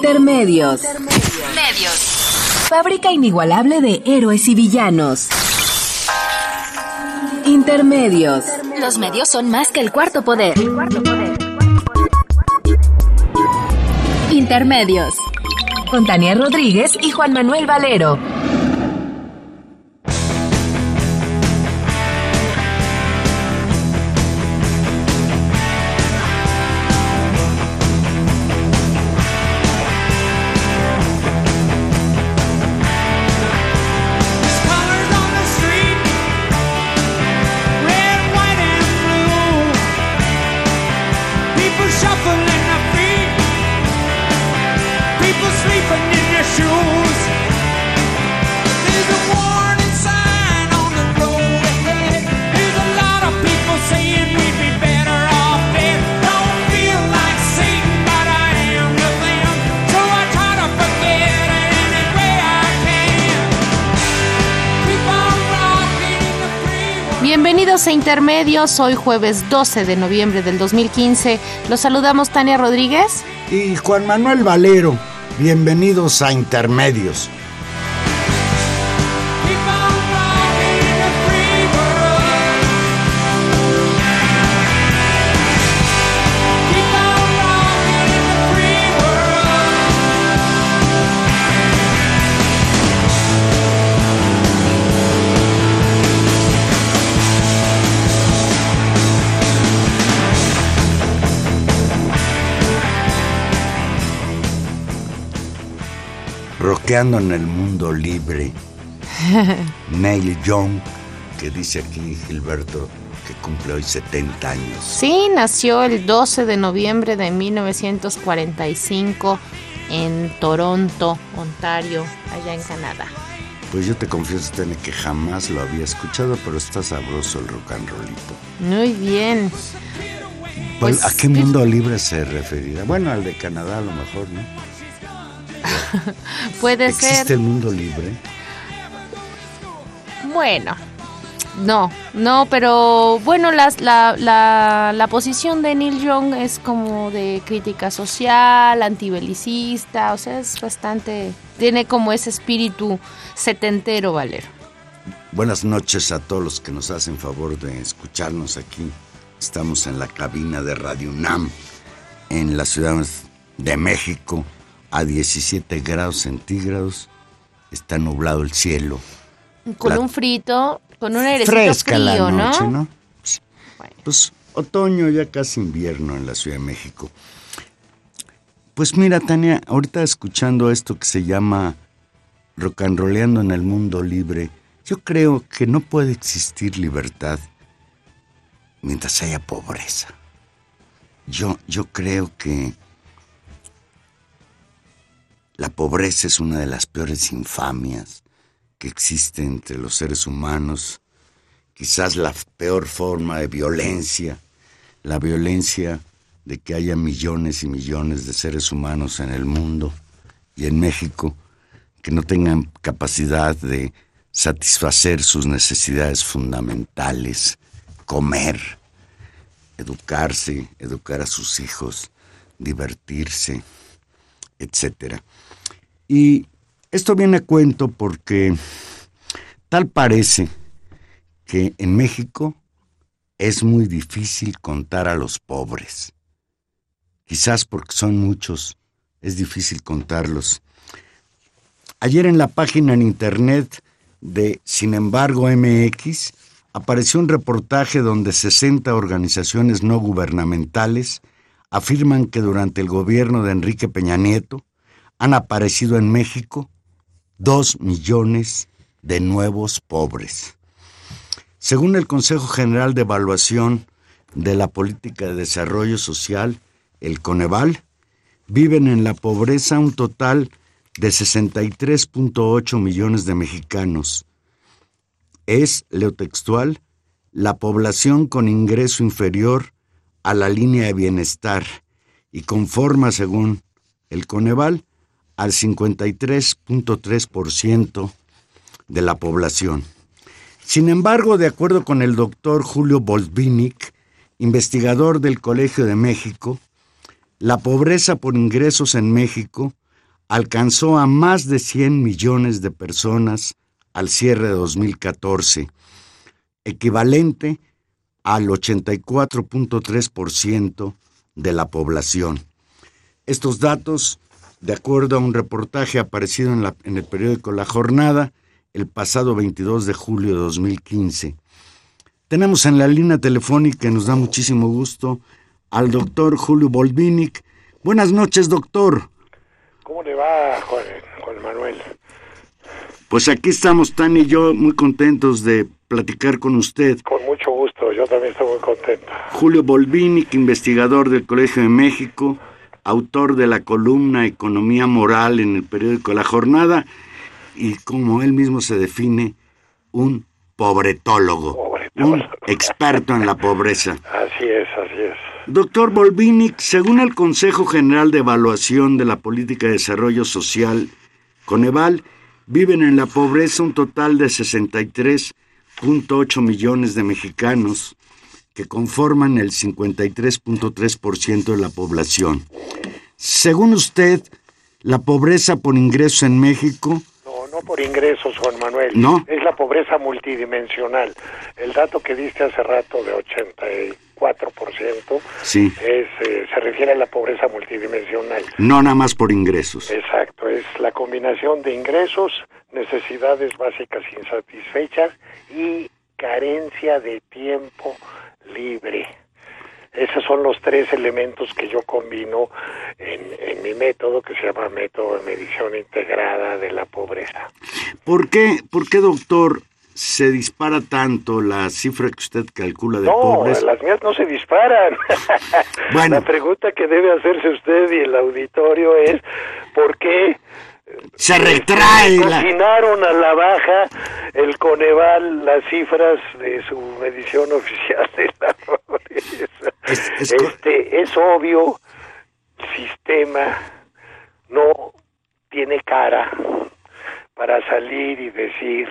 Intermedios. Medios. Fábrica inigualable de héroes y villanos. Intermedios. Los medios son más que el cuarto poder. Intermedios. Con Tania Rodríguez y Juan Manuel Valero. Bienvenidos a Intermedios, hoy jueves 12 de noviembre del 2015. Los saludamos Tania Rodríguez y Juan Manuel Valero. Bienvenidos a Intermedios. Rockeando en el mundo libre. Neil Young, que dice aquí Gilberto que cumple hoy 70 años. Sí, nació el 12 de noviembre de 1945 en Toronto, Ontario, allá en Canadá. Pues yo te confieso, Tene, que jamás lo había escuchado, pero está sabroso el rock and rollito. Muy bien. Pues, ¿a qué mundo libre se referirá? Bueno, al de Canadá a lo mejor, ¿no? Puede ser. ¿Existe el mundo libre? Bueno, no, pero bueno, la posición de Neil Young es como de crítica social, antibelicista, o sea, es bastante, tiene como ese espíritu setentero, Valero. Buenas noches a todos los que nos hacen favor de escucharnos aquí. Estamos en la cabina de Radio UNAM, en la Ciudad de México, a 17 grados centígrados, está nublado el cielo. Con un frito, con un airecito fresca frío, la noche, ¿no? Bueno. Pues otoño, ya casi invierno en la Ciudad de México. Pues mira, Tania, ahorita escuchando esto que se llama rocanroleando en el mundo libre, yo creo que no puede existir libertad mientras haya pobreza. Yo creo que la pobreza es una de las peores infamias que existe entre los seres humanos, quizás la peor forma de violencia, la violencia de que haya millones y millones de seres humanos en el mundo y en México que no tengan capacidad de satisfacer sus necesidades fundamentales, comer, educarse, educar a sus hijos, divertirse, etcétera. Y esto viene a cuento porque tal parece que en México es muy difícil contar a los pobres. Quizás porque son muchos, es difícil contarlos. Ayer en la página en internet de Sin embargo MX apareció un reportaje donde 60 organizaciones no gubernamentales afirman que durante el gobierno de Enrique Peña Nieto han aparecido en México 2 millones de nuevos pobres. Según el Consejo General de Evaluación de la Política de Desarrollo Social, el Coneval, viven en la pobreza un total de 63.8 millones de mexicanos. Es, leo textual, la población con ingreso inferior a la línea de bienestar y conforma, según el Coneval, al 53.3% de la población. Sin embargo, de acuerdo con el doctor Julio Bolvinic, investigador del Colegio de México, la pobreza por ingresos en México alcanzó a más de 100 millones de personas al cierre de 2014, equivalente al 84.3% de la población. Estos datos, de acuerdo a un reportaje aparecido en el periódico La Jornada, el pasado 22 de julio de 2015. Tenemos en la línea telefónica, y nos da muchísimo gusto, al doctor Julio Volvinic. Buenas noches, doctor. ¿Cómo le va, Juan Manuel? Pues aquí estamos, Tania y yo, muy contentos de platicar con usted. Con mucho gusto, yo también estoy muy contento. Julio Volvinic, investigador del Colegio de México, autor de la columna Economía Moral en el periódico La Jornada, y como él mismo se define, un pobretólogo, un experto en la pobreza. Así es, así es. Doctor Volvinic, según el Consejo General de Evaluación de la Política de Desarrollo Social, Coneval, viven en la pobreza un total de 63.8 millones de mexicanos, que conforman el 53.3% de la población. Según usted, la pobreza por ingresos en México... No por ingresos, Juan Manuel. ¿No? Es la pobreza multidimensional. El dato que diste hace rato de 84%, sí, se refiere a la pobreza multidimensional. No nada más por ingresos. Exacto, es la combinación de ingresos, necesidades básicas insatisfechas y carencia de tiempo libre. Esos son los tres elementos que yo combino en mi método, que se llama método de medición integrada de la pobreza. ¿Por qué, doctor, se dispara tanto la cifra que usted calcula de pobreza? No, las mías no se disparan. Bueno. La pregunta que debe hacerse usted y el auditorio es, ¿por qué se retrae? Cocinaron a la baja el Coneval las cifras de su medición oficial de la pobreza. Es obvio, el sistema no tiene cara para salir y decir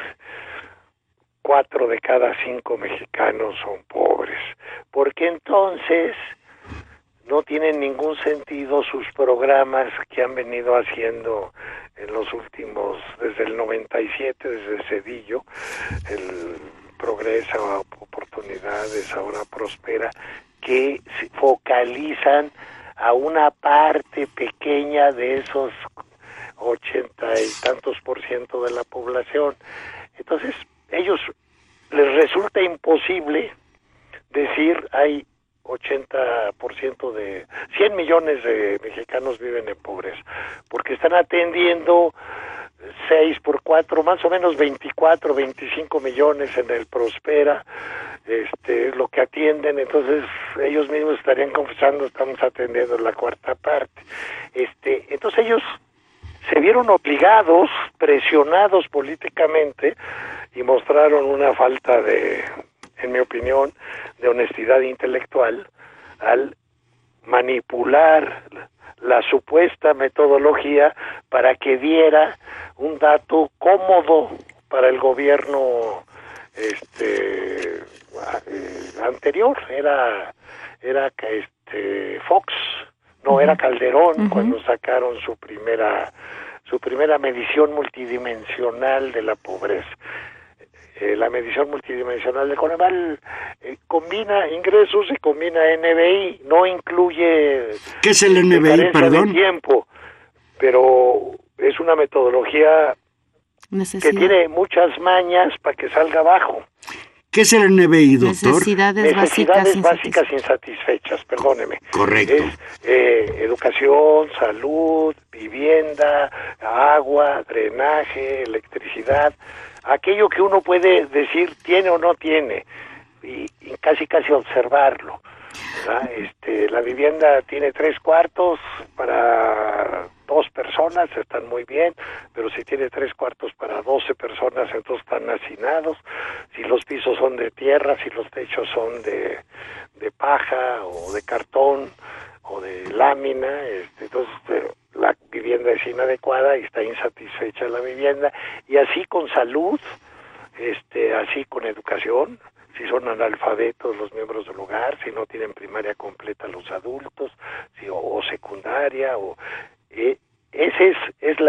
4 de cada 5 mexicanos son pobres, porque entonces no tienen ningún sentido sus programas que han venido haciendo en los últimos, desde el 97, desde Cedillo, el Progresa, Oportunidades, ahora Prospera, que se focalizan a una parte pequeña de esos 80 y tantos % de la población. Entonces, ellos les resulta imposible decir hay 80% de 100 millones de mexicanos viven en pobreza, porque están atendiendo 6 por 4, más o menos 24, 25 millones en el Prospera, es lo que atienden. Entonces ellos mismos estarían confesando, estamos atendiendo la cuarta parte. Entonces ellos se vieron obligados, presionados políticamente, y mostraron una falta de, en mi opinión, de honestidad intelectual al manipular la supuesta metodología para que diera un dato cómodo para el gobierno anterior. Era Fox, no, era Calderón, cuando sacaron su primera medición multidimensional de la pobreza. La medición multidimensional de Coneval combina ingresos y combina NBI, no incluye... ¿Qué es el NBI, perdón? De tiempo, pero es una metodología que tiene muchas mañas para que salga abajo. ¿Qué es el NBI, doctor? Necesidades básicas insatisfechas, perdóneme. Correcto. Es educación, salud, vivienda, agua, drenaje, electricidad, aquello que uno puede decir tiene o no tiene, y casi observarlo, ¿verdad? La vivienda tiene 3 cuartos para 2 personas, están muy bien, pero si tiene 3 cuartos para 12 personas, entonces están hacinados. Si los pisos son de tierra, si los techos son de paja o de cartón o de lámina, entonces la vivienda es inadecuada y está insatisfecha la vivienda. Y así con salud, así con educación, si son analfabetos los miembros del hogar, si no tienen primaria completa los adultos, o secundaria, esa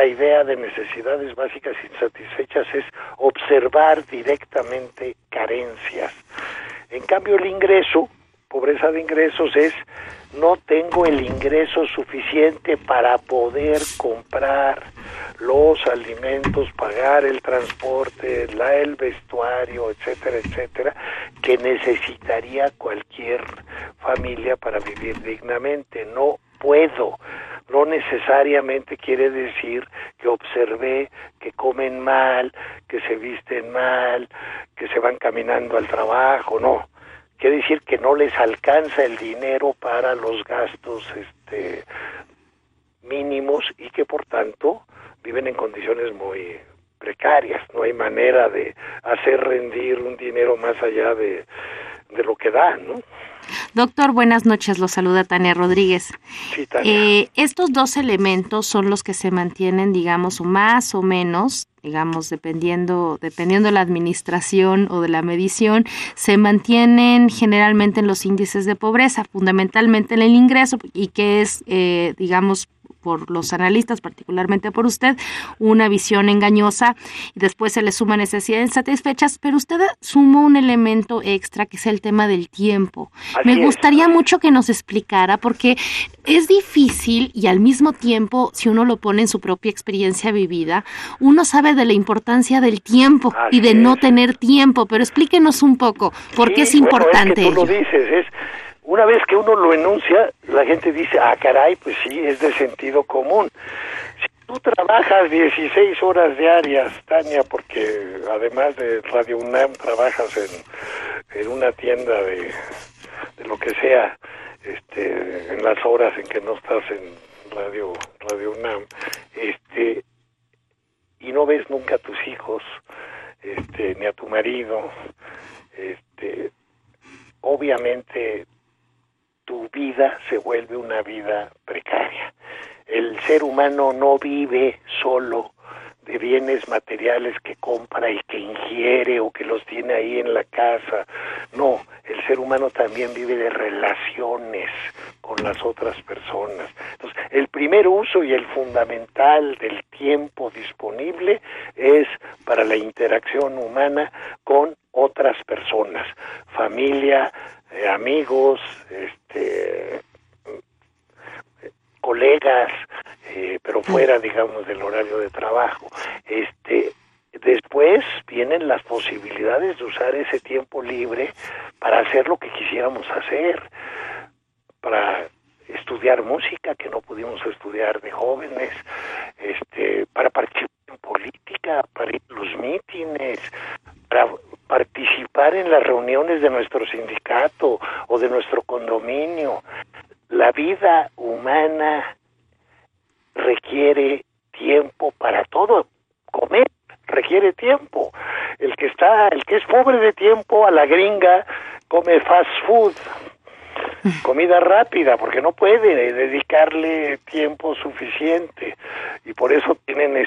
la idea de necesidades básicas insatisfechas es observar directamente carencias. En cambio, el ingreso, pobreza de ingresos, es no tengo el ingreso suficiente para poder comprar los alimentos, pagar el transporte, el vestuario, etcétera, etcétera, que necesitaría cualquier familia para vivir dignamente. No puedo. No necesariamente quiere decir que observé que comen mal, que se visten mal, que se van caminando al trabajo, no. Quiere decir que no les alcanza el dinero para los gastos mínimos y que por tanto viven en condiciones muy precarias. No hay manera de hacer rendir un dinero más allá de lo que dan, ¿no? Doctor, buenas noches, lo saluda Tania Rodríguez. Sí, Tania. Estos dos elementos son los que se mantienen, digamos, o más o menos, digamos, dependiendo de la administración o de la medición, se mantienen generalmente en los índices de pobreza, fundamentalmente en el ingreso, y que es, digamos, por los analistas, particularmente por usted, una visión engañosa, y después se le suma necesidades insatisfechas, pero usted sumó un elemento extra que es el tema del tiempo. Me gustaría mucho que nos explicara, porque es difícil y al mismo tiempo, si uno lo pone en su propia experiencia vivida, uno sabe de la importancia del tiempo y de no tener tiempo, pero explíquenos un poco por qué es importante. Es que tú lo dices, una vez que uno lo enuncia, la gente dice, caray, pues sí, es de sentido común. Si tú trabajas 16 horas diarias, Tania, porque además de Radio UNAM trabajas en una tienda de lo que sea, en las horas en que no estás en Radio UNAM, y no ves nunca a tus hijos, ni a tu marido, obviamente tu vida se vuelve una vida precaria. El ser humano no vive solo de bienes materiales que compra y que ingiere o que los tiene ahí en la casa. No, el ser humano también vive de relaciones con las otras personas. Entonces, el primer uso y el fundamental del tiempo disponible es para la interacción humana con otras personas, familia, amigos, colegas, pero fuera, digamos, del horario de trabajo. Después vienen las posibilidades de usar ese tiempo libre para hacer lo que quisiéramos hacer, para estudiar música que no pudimos estudiar de jóvenes, para participar en política, para ir a los mítines, para participar en las reuniones de nuestro sindicato o de nuestro condominio. La vida humana requiere tiempo para todo. Comer requiere tiempo. El que es pobre de tiempo, a la gringa, come fast food, comida rápida, porque no puede dedicarle tiempo suficiente, y por eso tienen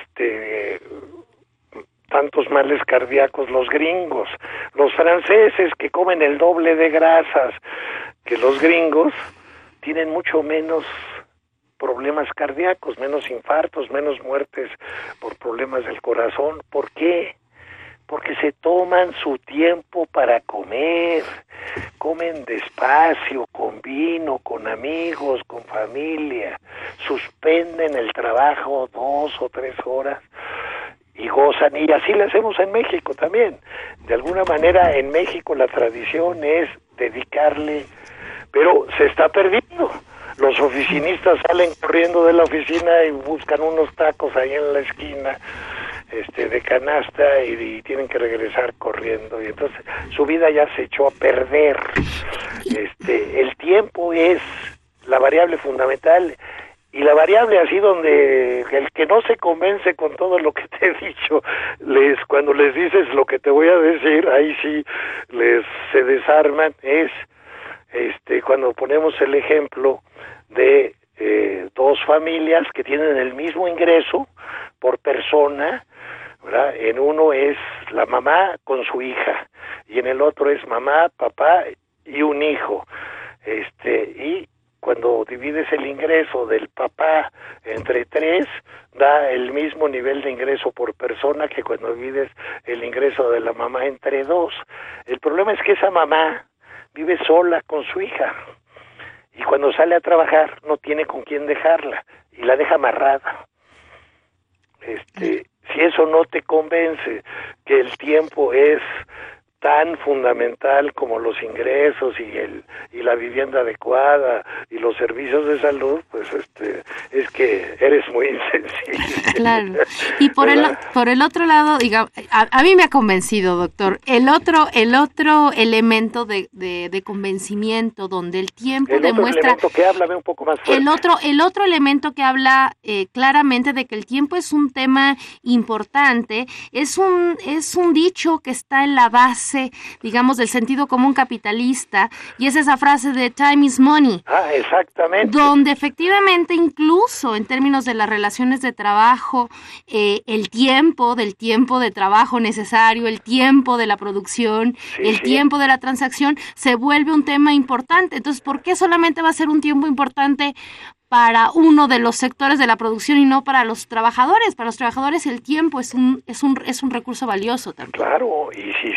tantos males cardíacos los gringos. Los franceses, que comen el doble de grasas que los gringos, tienen mucho menos problemas cardíacos, menos infartos, menos muertes por problemas del corazón. ¿Por qué? Porque se toman su tiempo para comer, comen despacio, con vino, con amigos, con familia, suspenden el trabajo 2 o 3 horas y gozan, y así lo hacemos en México también. De alguna manera en México la tradición es dedicarle, pero se está perdiendo. Los oficinistas salen corriendo de la oficina y buscan unos tacos ahí en la esquina, de canasta, y tienen que regresar corriendo, y entonces su vida ya se echó a perder. El tiempo es la variable fundamental, y la variable así donde el que no se convence con todo lo que te he dicho, cuando les dices lo que te voy a decir, ahí sí se desarman, es cuando ponemos el ejemplo de 2 familias que tienen el mismo ingreso por persona, ¿verdad? En uno es la mamá con su hija, y en el otro es mamá, papá y un hijo. Y cuando divides el ingreso del papá entre 3, da el mismo nivel de ingreso por persona que cuando divides el ingreso de la mamá entre 2. El problema es que esa mamá vive sola con su hija y cuando sale a trabajar no tiene con quién dejarla y la deja amarrada. Si eso no te convence que el tiempo es tan fundamental como los ingresos y la vivienda adecuada y los servicios de salud, pues es que eres muy insensible. Claro. Y por el otro lado, digamos, a mí me ha convencido, doctor, el otro elemento de convencimiento donde el tiempo demuestra elemento que háblame un poco más fuerte. El otro elemento que habla claramente de que el tiempo es un tema importante, es un dicho que está en la base, digamos, del sentido común capitalista, y es esa frase de time is money. Ah, exactamente. Donde efectivamente, incluso en términos de las relaciones de trabajo, el tiempo de trabajo necesario, el tiempo de la producción, tiempo de la transacción, se vuelve un tema importante. Entonces, ¿por qué solamente va a ser un tiempo importante para uno de los sectores de la producción y no para los trabajadores? Para los trabajadores el tiempo es un recurso valioso también. Claro, y si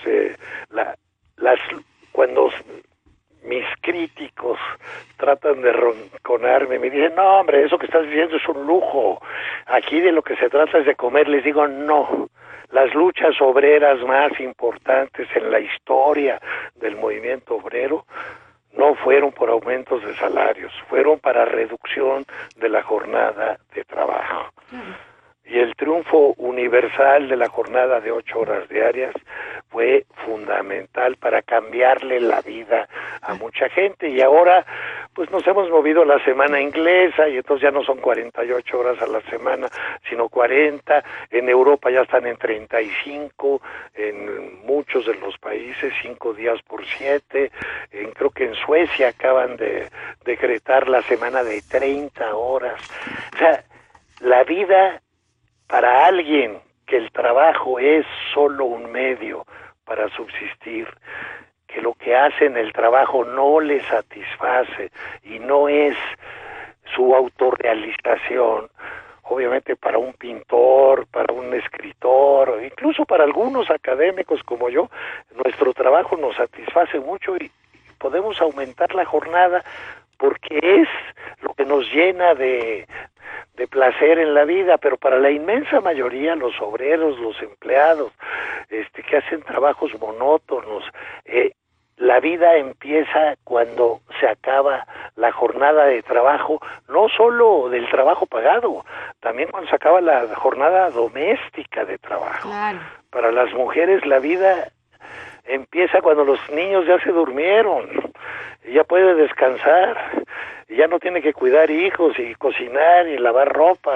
cuando mis críticos tratan de ronconarme, me dicen, no hombre, eso que estás diciendo es un lujo, aquí de lo que se trata es de comer, les digo, no. Las luchas obreras más importantes en la historia del movimiento obrero no fueron por aumentos de salarios, fueron para reducción de la jornada de trabajo. Y el triunfo universal de la jornada de 8 horas diarias fue fundamental para cambiarle la vida a mucha gente. Y ahora, pues nos hemos movido a la semana inglesa y entonces ya no son 48 horas a la semana, sino 40. En Europa ya están en 35, en muchos de los países 5 días por 7. Creo que en Suecia acaban de decretar la semana de 30 horas. O sea, la vida para alguien que el trabajo es solo un medio para subsistir, que lo que hace en el trabajo no le satisface y no es su autorrealización, obviamente para un pintor, para un escritor, incluso para algunos académicos como yo, nuestro trabajo nos satisface mucho y podemos aumentar la jornada porque es lo que nos llena de placer en la vida, pero para la inmensa mayoría, los obreros, los empleados, que hacen trabajos monótonos, la vida empieza cuando se acaba la jornada de trabajo, no solo del trabajo pagado, también cuando se acaba la jornada doméstica de trabajo. Claro. Para las mujeres la vida empieza cuando los niños ya se durmieron, ya puede descansar, ya no tiene que cuidar hijos y cocinar y lavar ropa.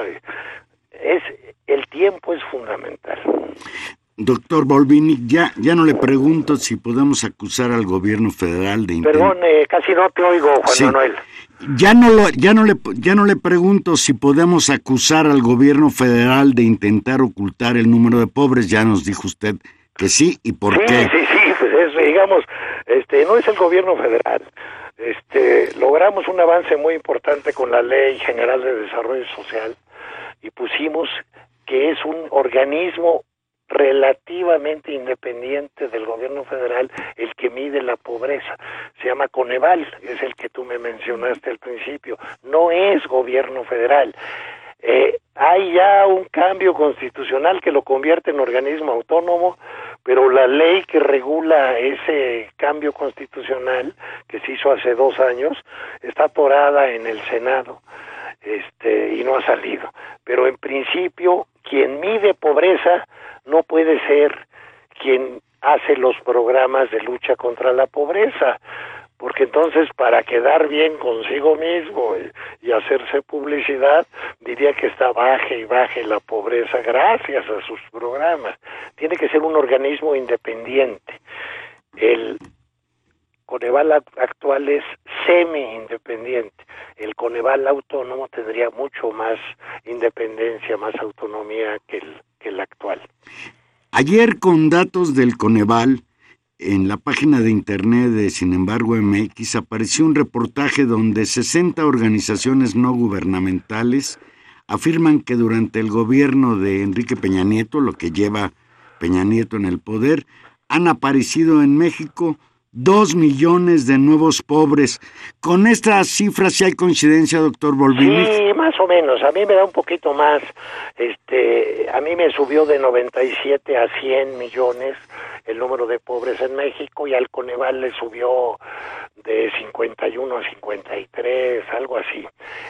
El tiempo es fundamental. Doctor Volvini, ya no le pregunto si podemos acusar al gobierno federal de Perdón, casi no te oigo, Juan Manuel. Ya no le pregunto si podemos acusar al gobierno federal de intentar ocultar el número de pobres. Ya nos dijo usted que sí, ¿y por qué? Sí, pues digamos, no es el gobierno federal. Logramos un avance muy importante con la Ley General de Desarrollo Social y pusimos que es un organismo relativamente independiente del gobierno federal el que mide la pobreza. Se llama Coneval, es el que tú me mencionaste al principio. No es gobierno federal. Hay ya un cambio constitucional que lo convierte en organismo autónomo, pero la ley que regula ese cambio constitucional, que se hizo hace 2 años, está atorada en el Senado, y no ha salido. Pero en principio, quien mide pobreza no puede ser quien hace los programas de lucha contra la pobreza, porque entonces para quedar bien consigo mismo y hacerse publicidad, diría que está baje la pobreza gracias a sus programas. Tiene que ser un organismo independiente. El Coneval actual es semi-independiente. El Coneval autónomo tendría mucho más independencia, más autonomía que el actual. Ayer, con datos del Coneval, en la página de internet de Sin embargo MX apareció un reportaje donde 60 organizaciones no gubernamentales afirman que durante el gobierno de Enrique Peña Nieto, lo que lleva Peña Nieto en el poder, han aparecido en México 2 millones de nuevos pobres. ¿Con estas cifras sí hay coincidencia, doctor Volvini? Sí, más o menos. A mí me da un poquito más. A mí me subió de 97 a 100 millones el número de pobres en México, y al Coneval le subió de 51 a 53, algo así.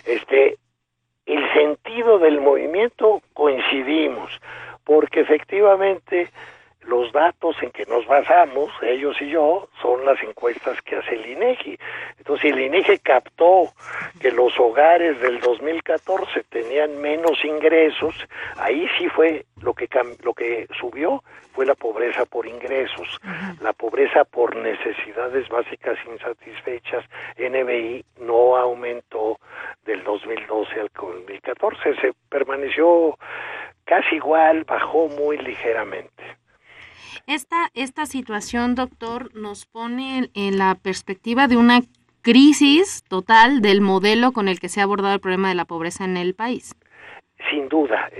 El sentido del movimiento coincidimos, porque efectivamente los datos en que nos basamos, ellos y yo, son las encuestas que hace el INEGI. Entonces, el INEGI captó que los hogares del 2014 tenían menos ingresos. Ahí sí fue lo que subió, fue la pobreza por ingresos. La pobreza por necesidades básicas insatisfechas, NBI, no aumentó del 2012 al 2014. Se permaneció casi igual, bajó muy ligeramente. Esta situación, doctor, nos pone en la perspectiva de una crisis total del modelo con el que se ha abordado el problema de la pobreza en el país. Sin duda,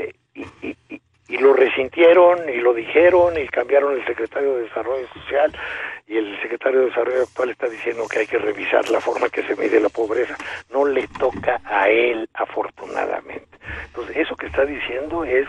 y lo resintieron y lo dijeron y cambiaron el secretario de Desarrollo Social, y el secretario de Desarrollo actual está diciendo que hay que revisar la forma que se mide la pobreza. No le toca a él, afortunadamente. Entonces, eso que está diciendo es,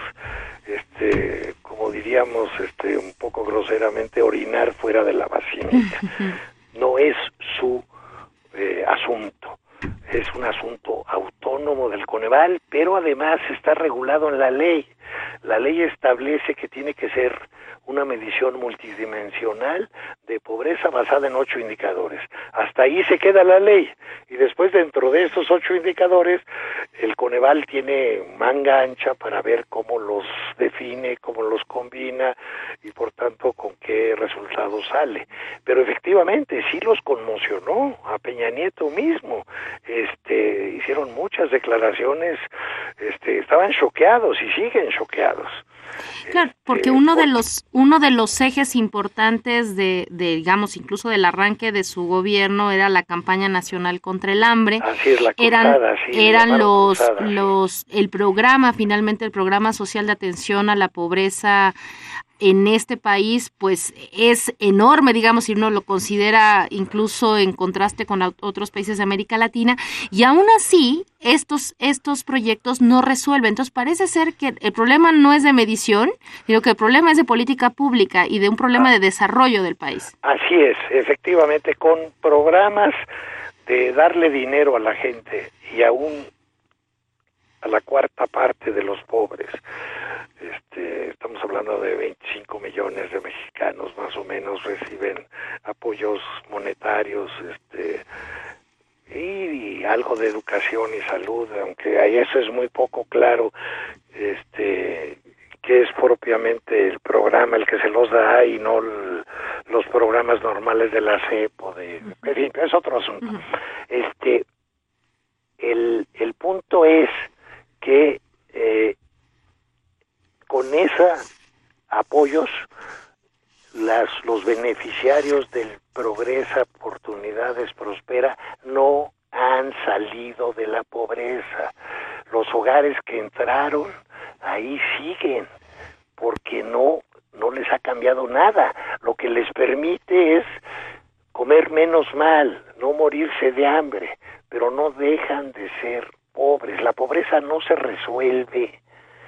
como diríamos un poco groseramente, orinar fuera de la vacinita. No es su asunto. Es un asunto autónomo del Coneval, pero además está regulado en la ley. La ley establece que tiene que ser una medición multidimensional de pobreza basada en 8 indicadores. Hasta ahí se queda la ley. Y después, dentro de estos 8 indicadores, el Coneval tiene manga ancha para ver cómo los define, cómo los combina y, por tanto, con qué resultados sale. Pero efectivamente sí los conmocionó a Peña Nieto mismo. Hicieron muchas declaraciones, estaban choqueados y siguen choqueados. Claro, porque uno de los ejes importantes de digamos, incluso del arranque de su gobierno era la campaña nacional contra el hambre. Así es, la cruzada, el programa social de atención a la pobreza en este país, pues es enorme, digamos, si uno lo considera incluso en contraste con otros países de América Latina, y aún así estos proyectos no resuelven. Entonces parece ser que el problema no es de medición, sino que el problema es de política pública y de un problema de desarrollo del país. Así es, efectivamente, con programas de darle dinero a la gente y aún a la cuarta parte de los pobres. Estamos hablando de 25 millones de mexicanos más o menos reciben apoyos monetarios, y algo de educación y salud, aunque ahí eso es muy poco claro, que es propiamente el programa el que se los da y no los programas normales de la CEP en fin, es otro asunto. El punto es que con esos apoyos los beneficiarios del Progresa, Oportunidades, Prospera no han salido de la pobreza. Los hogares que entraron ahí siguen, porque no les ha cambiado nada. Lo que les permite es comer menos mal, no morirse de hambre, pero no dejan de ser pobres. La pobreza no se resuelve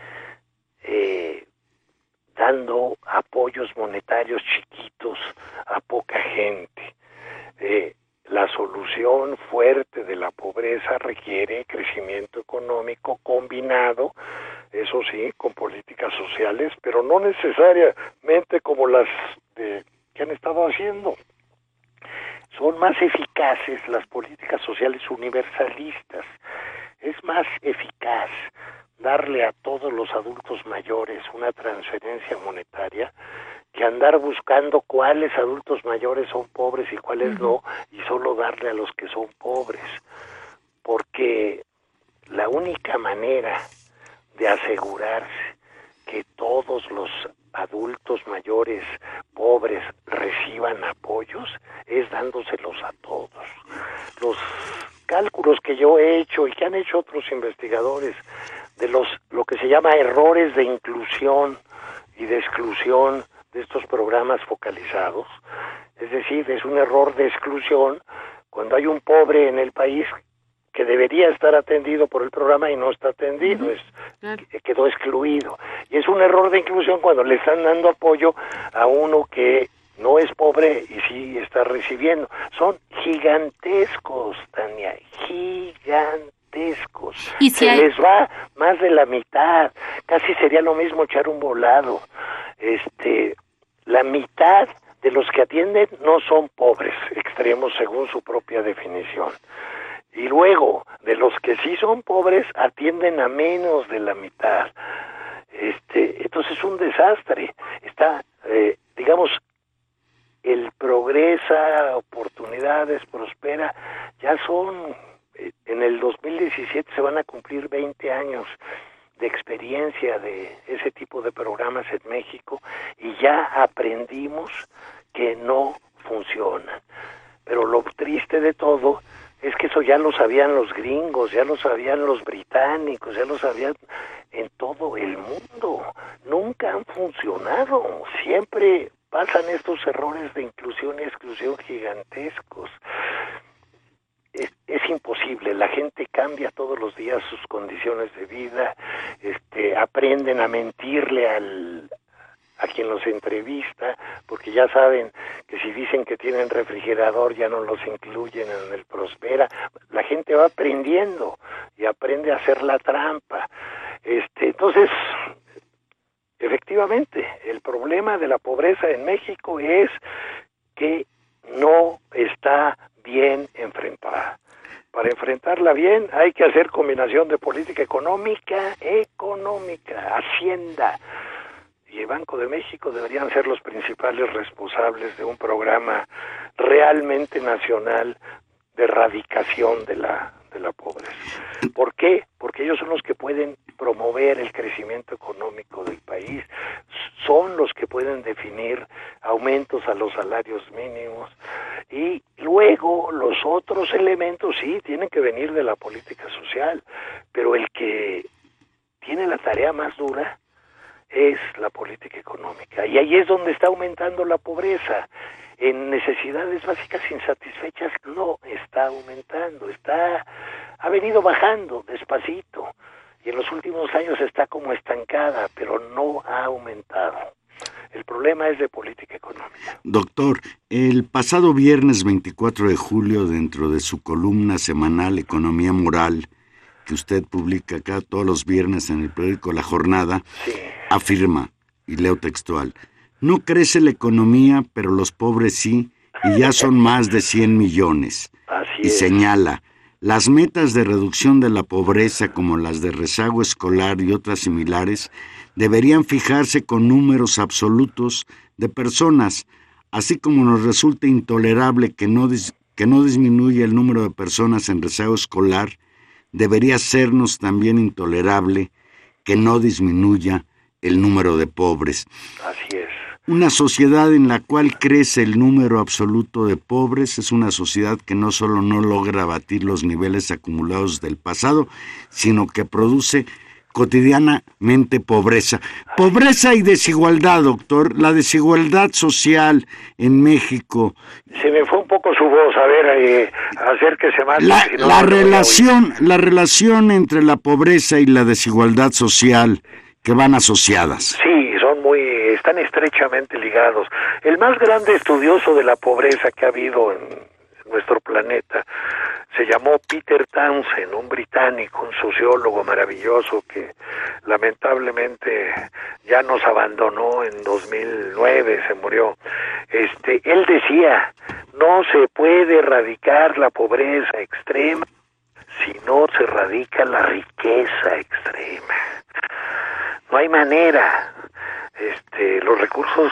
dando apoyos monetarios chiquitos a poca gente. La solución fuerte de la pobreza requiere crecimiento económico combinado, eso sí, con políticas sociales, pero no necesariamente como las que han estado haciendo. Son más eficaces las políticas sociales universalistas. Es más eficaz darle a todos los adultos mayores una transferencia monetaria que andar buscando cuáles adultos mayores son pobres y cuáles no, y solo darle a los que son pobres. Porque la única manera de asegurarse que todos los adultos mayores pobres reciban apoyos es dándoselos a todos. Los cálculos que yo he hecho y que han hecho otros investigadores de lo que se llama errores de inclusión y de exclusión de estos programas focalizados, es decir, es un error de exclusión cuando hay un pobre en el país que debería estar atendido por el programa y no está atendido, quedó excluido. Y es un error de inclusión cuando le están dando apoyo a uno que no es pobre y sí está recibiendo. Son gigantescos, Tania, gigantescos. ¿Y si les va más de la mitad? Casi sería lo mismo echar un volado. La mitad de los que atienden no son pobres extremos según su propia definición. Y luego, de los que sí son pobres, atienden a menos de la mitad. Entonces es un desastre. Está, digamos, el Progresa, Oportunidades, Prospera, ya son, en el 2017 se van a cumplir 20 años de experiencia de ese tipo de programas en México y ya aprendimos que no funcionan. Pero lo triste de todo es que eso ya lo sabían los gringos, ya lo sabían los británicos, ya lo sabían en todo el mundo. Nunca han funcionado. Siempre pasan estos errores de inclusión y exclusión gigantescos. Es imposible. La gente cambia todos los días sus condiciones de vida, aprenden a mentirle a quien los entrevista, porque ya saben que si dicen que tienen refrigerador ya no los incluyen en el Prospera. La gente va aprendiendo y aprende a hacer la trampa. Entonces, efectivamente, el problema de la pobreza en México es que no está bien enfrentada. Para enfrentarla bien hay que hacer combinación de política económica, Hacienda y el Banco de México deberían ser los principales responsables de un programa realmente nacional de erradicación de la pobreza. ¿Por qué? Porque ellos son los que pueden promover el crecimiento económico del país, son los que pueden definir aumentos a los salarios mínimos y luego los otros elementos sí tienen que venir de la política social, pero el que tiene la tarea más dura es la política económica y ahí es donde está aumentando la pobreza. En necesidades básicas insatisfechas no está aumentando, ha venido bajando despacito y en los últimos años está como estancada, pero no ha aumentado. El problema es de política económica. Doctor, el pasado viernes 24 de julio, dentro de su columna semanal Economía Moral, que usted publica acá todos los viernes en el periódico La Jornada, sí, afirma, y leo textual: no crece la economía, pero los pobres sí, y ya son más de 100 millones. Así y es. Señala, las metas de reducción de la pobreza, como las de rezago escolar y otras similares, deberían fijarse con números absolutos de personas, así como nos resulta intolerable que no disminuya el número de personas en rezago escolar, debería sernos también intolerable que no disminuya el número de pobres. Así es. Una sociedad en la cual crece el número absoluto de pobres es una sociedad que no solo no logra abatir los niveles acumulados del pasado, sino que produce cotidianamente pobreza. Pobreza y desigualdad, doctor. La desigualdad social en México. Se me fue un poco su voz, a ver, acérquese más. La relación entre la pobreza y la desigualdad social que van asociadas. Sí, están estrechamente ligados. El más grande estudioso de la pobreza que ha habido en nuestro planeta se llamó Peter Townsend, un británico, un sociólogo maravilloso que lamentablemente ya nos abandonó en 2009, se murió. Él decía, no se puede erradicar la pobreza extrema si no se erradica la riqueza extrema. No hay manera. Los recursos,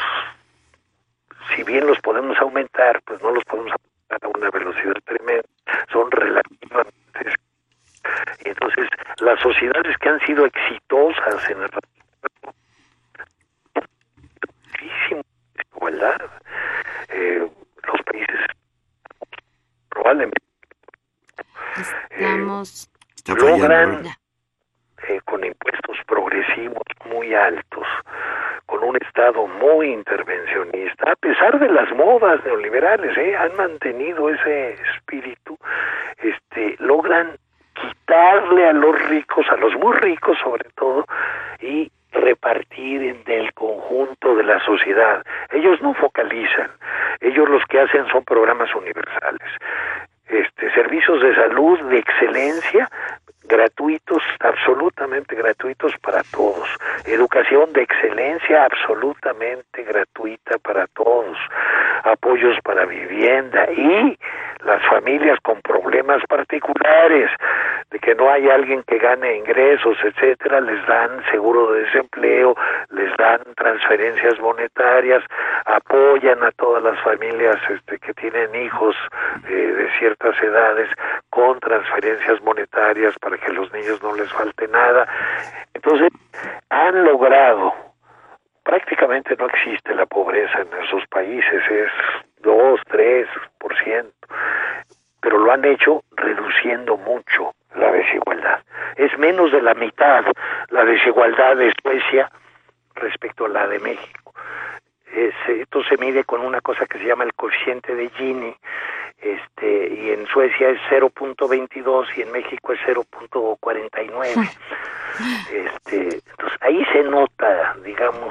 si bien los podemos aumentar, pues no los podemos aumentar a una velocidad tremenda, son relativamente. Entonces, las sociedades que han sido exitosas en el muchísimo desigualdad. desigualdad. Los países probablemente logran con impuestos progresivos muy altos, con un Estado muy intervencionista, a pesar de las modas neoliberales, han mantenido ese espíritu, logran quitarle a los ricos, a los muy ricos sobre todo, y repartir del conjunto de la sociedad. Ellos no focalizan, ellos los que hacen son programas universales, servicios de salud de excelencia, gratuitos, absolutamente gratuitos para todos, educación de excelencia absolutamente gratuita para todos, apoyos para vivienda, y las familias con problemas particulares, de que no hay alguien que gane ingresos, etcétera, les dan seguro de desempleo, les dan transferencias monetarias, apoyan a todas las familias que tienen hijos de ciertas edades con transferencias monetarias para que a los niños no les falte nada. Entonces, han logrado, prácticamente no existe la pobreza en esos países, es 2-3%, pero lo han hecho reduciendo mucho la desigualdad. Es menos de la mitad la desigualdad de Suecia respecto a la de México. Esto se mide con una cosa que se llama el coeficiente de Gini, y en Suecia es 0.22 y en México es 0.49. Entonces ahí se nota, digamos,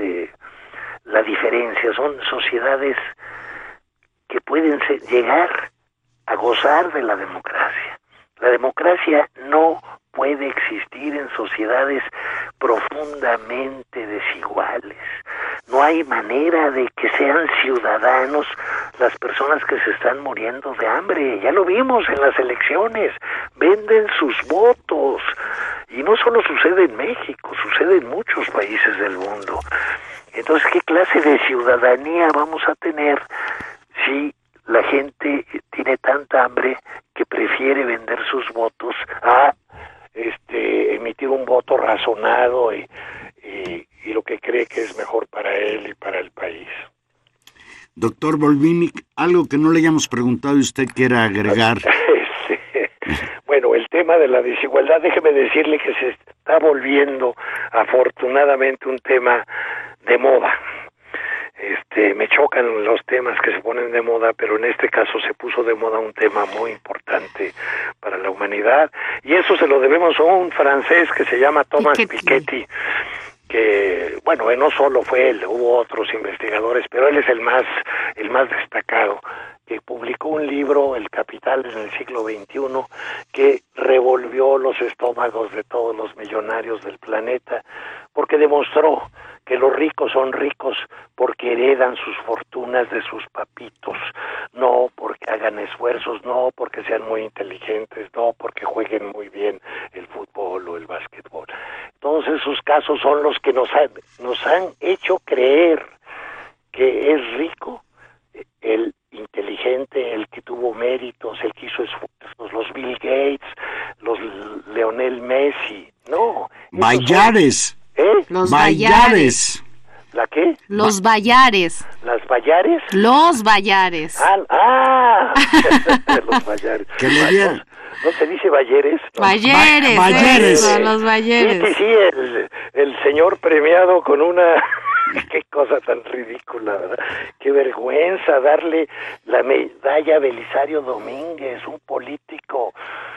la diferencia. Son sociedades que pueden llegar a gozar de la democracia. La democracia no puede existir en sociedades profundamente desiguales. No hay manera de que sean ciudadanos las personas que se están muriendo de hambre. Ya lo vimos en las elecciones. Venden sus votos. Y no solo sucede en México, sucede en muchos países del mundo. Entonces, ¿qué clase de ciudadanía vamos a tener si la gente tiene tanta hambre que prefiere vender sus votos a emitir un voto razonado y lo que cree que es mejor para él y para el país? Doctor Volvinic, algo que no le hayamos preguntado y usted quiera agregar. Sí. Bueno, el tema de la desigualdad, déjeme decirle que se está volviendo afortunadamente un tema de moda. Me chocan los temas que se ponen de moda, pero en este caso se puso de moda un tema muy importante para la humanidad, y eso se lo debemos a un francés que se llama Thomas Piketty, que, bueno, no solo fue él, hubo otros investigadores, pero él es el más destacado, que publicó un libro, El Capital en el siglo XXI, que revolvió los estómagos de todos los millonarios del planeta, porque demostró que los ricos son ricos porque heredan sus fortunas de sus papitos, no porque hagan esfuerzos, no porque sean muy inteligentes, no porque jueguen muy bien el fútbol o el básquetbol. Todos esos casos son los que nos han hecho creer que es rico el inteligente, el que tuvo méritos, el que hizo esfuerzos, los Bill Gates, los Lionel Messi, no. Bayares. Los Bayares. ¿La qué? Los Bayares. ¿Las Bayares? Los Bayares. Los Bayares. ¿Qué le dieron? ¿No se dice Bayeres? Bayeres. Bayeres. Eso, los Bayeres. Sí, el señor premiado con una... Qué cosa tan ridícula, ¿verdad? Qué vergüenza darle la medalla a Belisario Domínguez, un político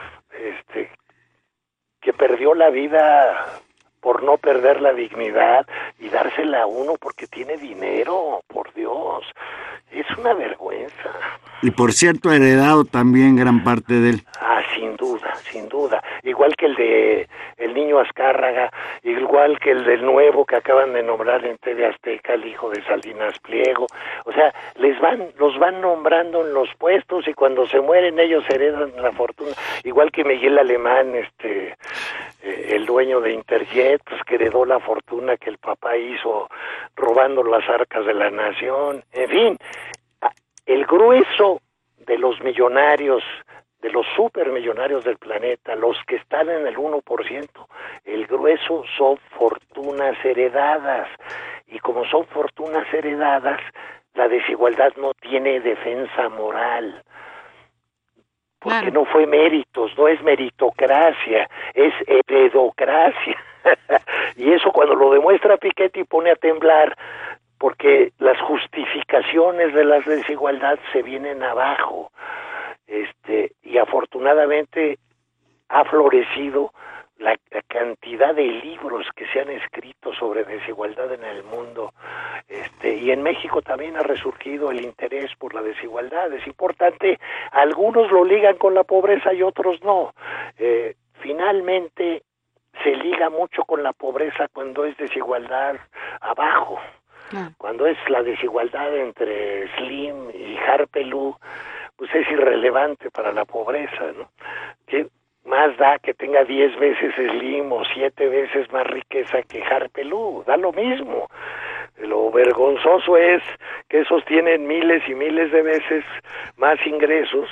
que perdió la vida por no perder la dignidad, y dársela a uno porque tiene dinero, por Dios. Es una vergüenza. Y por cierto, ha heredado también gran parte de él. Sin duda, sin duda. Igual que el de el niño Azcárraga, igual que el del nuevo que acaban de nombrar en TV Azteca, el hijo de Salinas Pliego. O sea, los van nombrando en los puestos, y cuando se mueren ellos heredan la fortuna. Igual que Miguel Alemán, el dueño de Interjet, pues que heredó la fortuna que el papá hizo robando las arcas de la nación. En fin, el grueso de los millonarios, de los supermillonarios del planeta, los que están en el 1%, el grueso son fortunas heredadas, y como son fortunas heredadas, la desigualdad no tiene defensa moral, porque Claro. no fue méritos, no es meritocracia, es heredocracia. Y eso cuando lo demuestra Piketty pone a temblar, porque las justificaciones de la desigualdad se vienen abajo. Y afortunadamente ha florecido la cantidad de libros que se han escrito sobre desigualdad en el mundo, y en México también ha resurgido el interés por la desigualdad. Es importante, algunos lo ligan con la pobreza y otros no. Finalmente se liga mucho con la pobreza cuando es desigualdad abajo. Cuando es la desigualdad entre Slim y Harpelú, pues es irrelevante para la pobreza, ¿no? ¿Qué más da que tenga 10 veces Slim o 7 veces más riqueza que Harpelú? Da lo mismo. Lo vergonzoso es que esos tienen miles y miles de veces más ingresos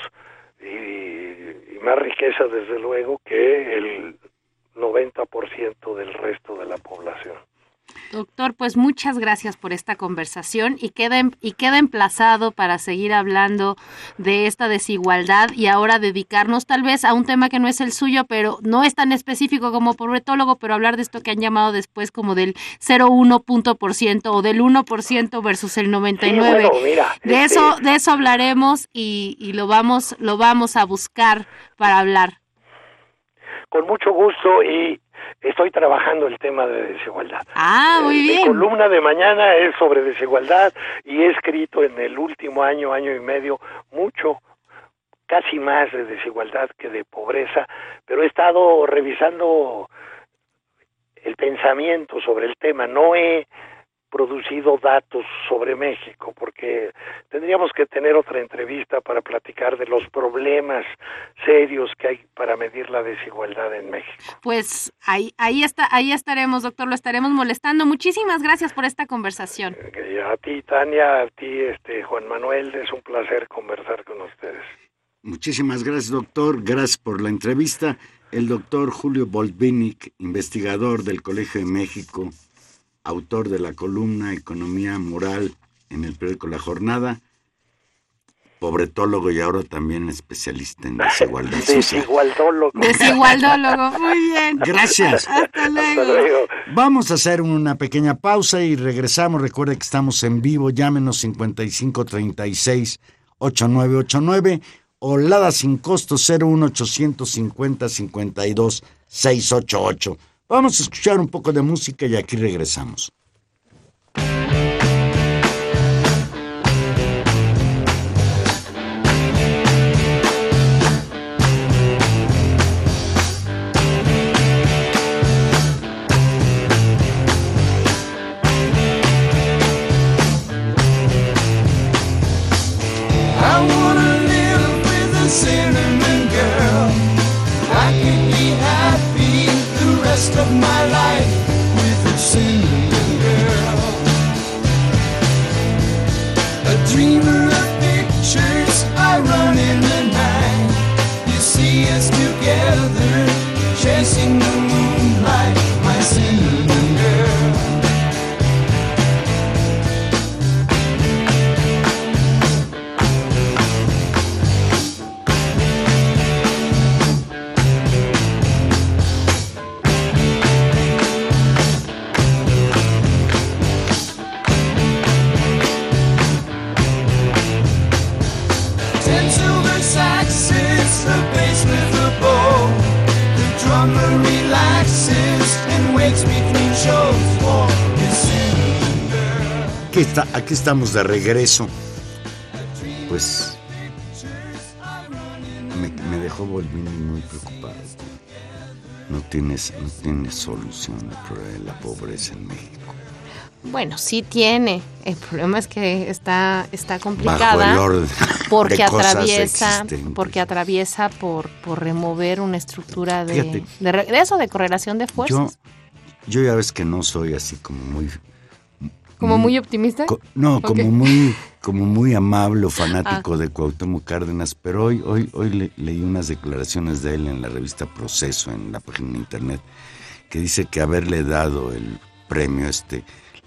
y más riqueza, desde luego, que el 90% del resto de la población. Doctor, pues muchas gracias por esta conversación y queda emplazado para seguir hablando de esta desigualdad y ahora dedicarnos tal vez a un tema que no es el suyo, pero no es tan específico como pobretólogo, pero hablar de esto que han llamado después como del 0,1% o del 1% versus el 99%. Sí, bueno, mira, de eso hablaremos y lo vamos a buscar para hablar. Con mucho gusto, y estoy trabajando el tema de desigualdad. Muy bien. Mi columna de mañana es sobre desigualdad y he escrito en el último año y medio mucho, casi más de desigualdad que de pobreza, pero he estado revisando el pensamiento sobre el tema. No he producido datos sobre México, porque tendríamos que tener otra entrevista para platicar de los problemas serios que hay para medir la desigualdad en México. Pues ahí estaremos, doctor, lo estaremos molestando. Muchísimas gracias por esta conversación. A ti, Tania, a ti, Juan Manuel, es un placer conversar con ustedes. Muchísimas gracias, doctor. Gracias por la entrevista. El doctor Julio Volvinic, investigador del Colegio de México, autor de la columna Economía Moral en el periódico La Jornada, pobretólogo y ahora también especialista en desigualdad social. Desigualdólogo, muy bien. Gracias. Hasta luego. Vamos a hacer una pequeña pausa y regresamos. Recuerde que estamos en vivo. Llámenos 5536-8989 o Lada sin costo 01850-52-688. Vamos a escuchar un poco de música y aquí regresamos. Of my life with a cinnamon girl, a dreamer of pictures I run in the night. You see us together, chasing the moonlight, my cinnamon girl. Aquí estamos de regreso. Pues me dejó Volvini muy preocupado. No tiene solución el problema de la pobreza en México. Bueno, sí tiene. El problema es que está complicada. Bajo el orden porque de atraviesa por remover una estructura de regreso, de correlación de fuerzas. Yo ya ves que no soy así como muy... ¿Muy optimista? No, okay. como muy amable o fanático de Cuauhtémoc Cárdenas, pero hoy leí unas declaraciones de él en la revista Proceso, en la página de internet, que dice que haberle dado el premio